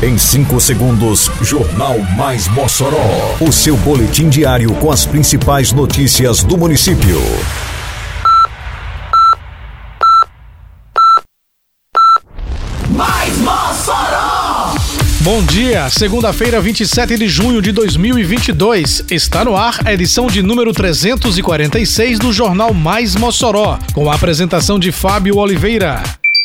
Em 5 segundos, Jornal Mais Mossoró. O seu boletim diário com as principais notícias do município. Mais Mossoró! Bom dia, segunda-feira, 27 de junho de 2022. Está no ar a edição de número 346 do Jornal Mais Mossoró, com a apresentação de Fábio Oliveira.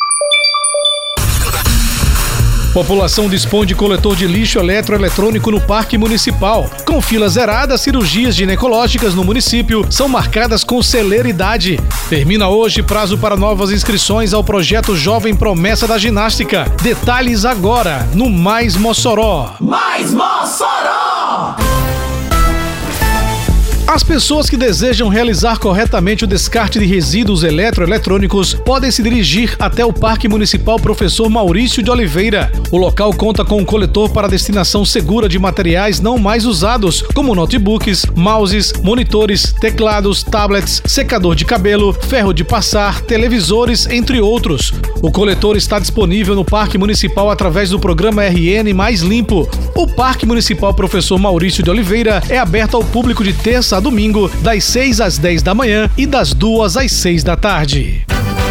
População dispõe de coletor de lixo eletroeletrônico no Parque Municipal. Com fila zerada, cirurgias ginecológicas no município são marcadas com celeridade. Termina hoje prazo para novas inscrições ao projeto Jovem Promessa da Ginástica. Detalhes agora no Mais Mossoró. Mais Mossoró! As pessoas que desejam realizar corretamente o descarte de resíduos eletroeletrônicos podem se dirigir até o Parque Municipal Professor Maurício de Oliveira. O local conta com um coletor para destinação segura de materiais não mais usados, como notebooks, mouses, monitores, teclados, tablets, secador de cabelo, ferro de passar, televisores, entre outros. O coletor está disponível no Parque Municipal através do programa RN Mais Limpo. O Parque Municipal Professor Maurício de Oliveira é aberto ao público de terça a domingo, das 6 às 10 da manhã e das 2 às 6 da tarde.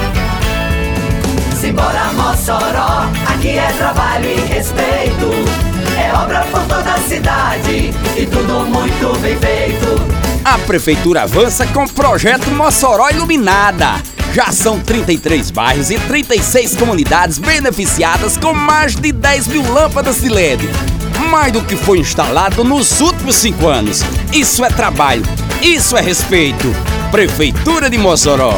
Simbora Mossoró, aqui é trabalho e respeito. É obra por toda a cidade e tudo muito bem feito. A Prefeitura avança com o projeto Mossoró Iluminada. Já são 33 bairros e 36 comunidades beneficiadas com mais de 10 mil lâmpadas de LED. Mais do que foi instalado nos últimos 5 anos. Isso é trabalho, isso é respeito. Prefeitura de Mossoró.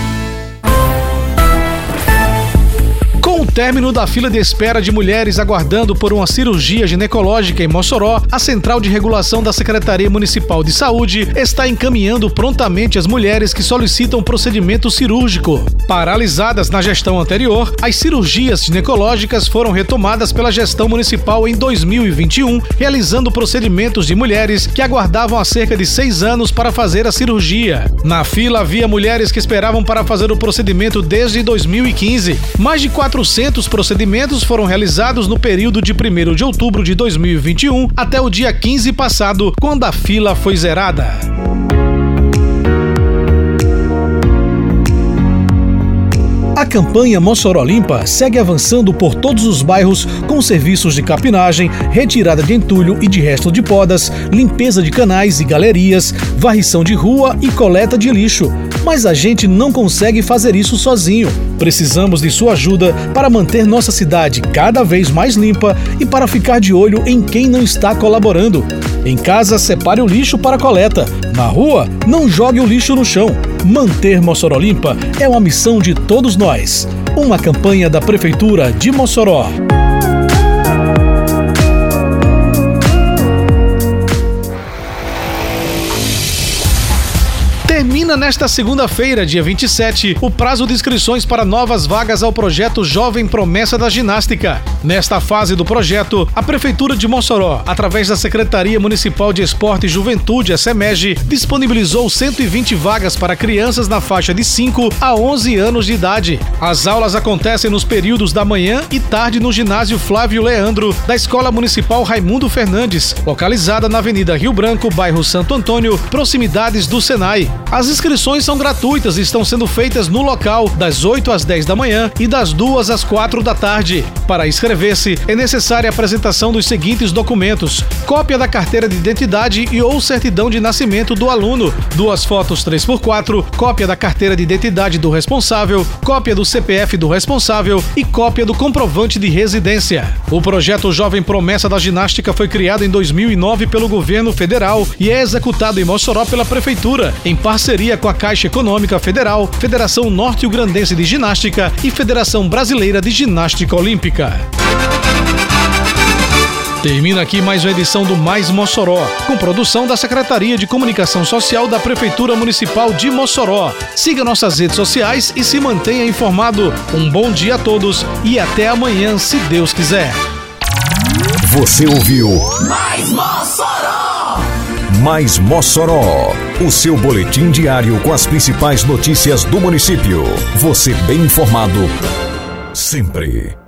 Com o término da fila de espera de mulheres aguardando por uma cirurgia ginecológica em Mossoró, a Central de Regulação da Secretaria Municipal de Saúde está encaminhando prontamente as mulheres que solicitam procedimento cirúrgico. Paralisadas na gestão anterior, as cirurgias ginecológicas foram retomadas pela gestão municipal em 2021, realizando procedimentos de mulheres que aguardavam há cerca de 6 anos para fazer a cirurgia. Na fila havia mulheres que esperavam para fazer o procedimento desde 2015. Mais de 400 procedimentos foram realizados no período de 1º de outubro de 2021 até o dia 15 passado, quando a fila foi zerada. A campanha Mossoró Limpa segue avançando por todos os bairros com serviços de capinagem, retirada de entulho e de resto de podas, limpeza de canais e galerias, varrição de rua e coleta de lixo. Mas a gente não consegue fazer isso sozinho. Precisamos de sua ajuda para manter nossa cidade cada vez mais limpa e para ficar de olho em quem não está colaborando. Em casa, separe o lixo para coleta. Na rua, não jogue o lixo no chão. Manter Mossoró limpa é uma missão de todos nós. Uma campanha da Prefeitura de Mossoró. Termina nesta segunda-feira, dia 27, o prazo de inscrições para novas vagas ao projeto Jovem Promessa da Ginástica. Nesta fase do projeto, a Prefeitura de Mossoró, através da Secretaria Municipal de Esporte e Juventude, a SEMEG, disponibilizou 120 vagas para crianças na faixa de 5 a 11 anos de idade. As aulas acontecem nos períodos da manhã e tarde no ginásio Flávio Leandro, da Escola Municipal Raimundo Fernandes, localizada na Avenida Rio Branco, bairro Santo Antônio, proximidades do Senai. As inscrições são gratuitas e estão sendo feitas no local das 8 às 10 da manhã e das 2 às 4 da tarde. Para inscrever-se, é necessária a apresentação dos seguintes documentos: cópia da carteira de identidade e ou certidão de nascimento do aluno, 2 fotos 3x4, cópia da carteira de identidade do responsável, cópia do CPF do responsável e cópia do comprovante de residência. O projeto Jovem Promessa da Ginástica foi criado em 2009 pelo governo federal e é executado em Mossoró pela Prefeitura, em parceria com a Caixa Econômica Federal, Federação Norte-Grandense de Ginástica e Federação Brasileira de Ginástica Olímpica. Termina aqui mais uma edição do Mais Mossoró, com produção da Secretaria de Comunicação Social da Prefeitura Municipal de Mossoró. Siga nossas redes sociais e se mantenha informado. Um bom dia a todos e até amanhã, se Deus quiser. Você ouviu Mais Mossoró! Mais Mossoró, o seu boletim diário com as principais notícias do município. Você bem informado sempre.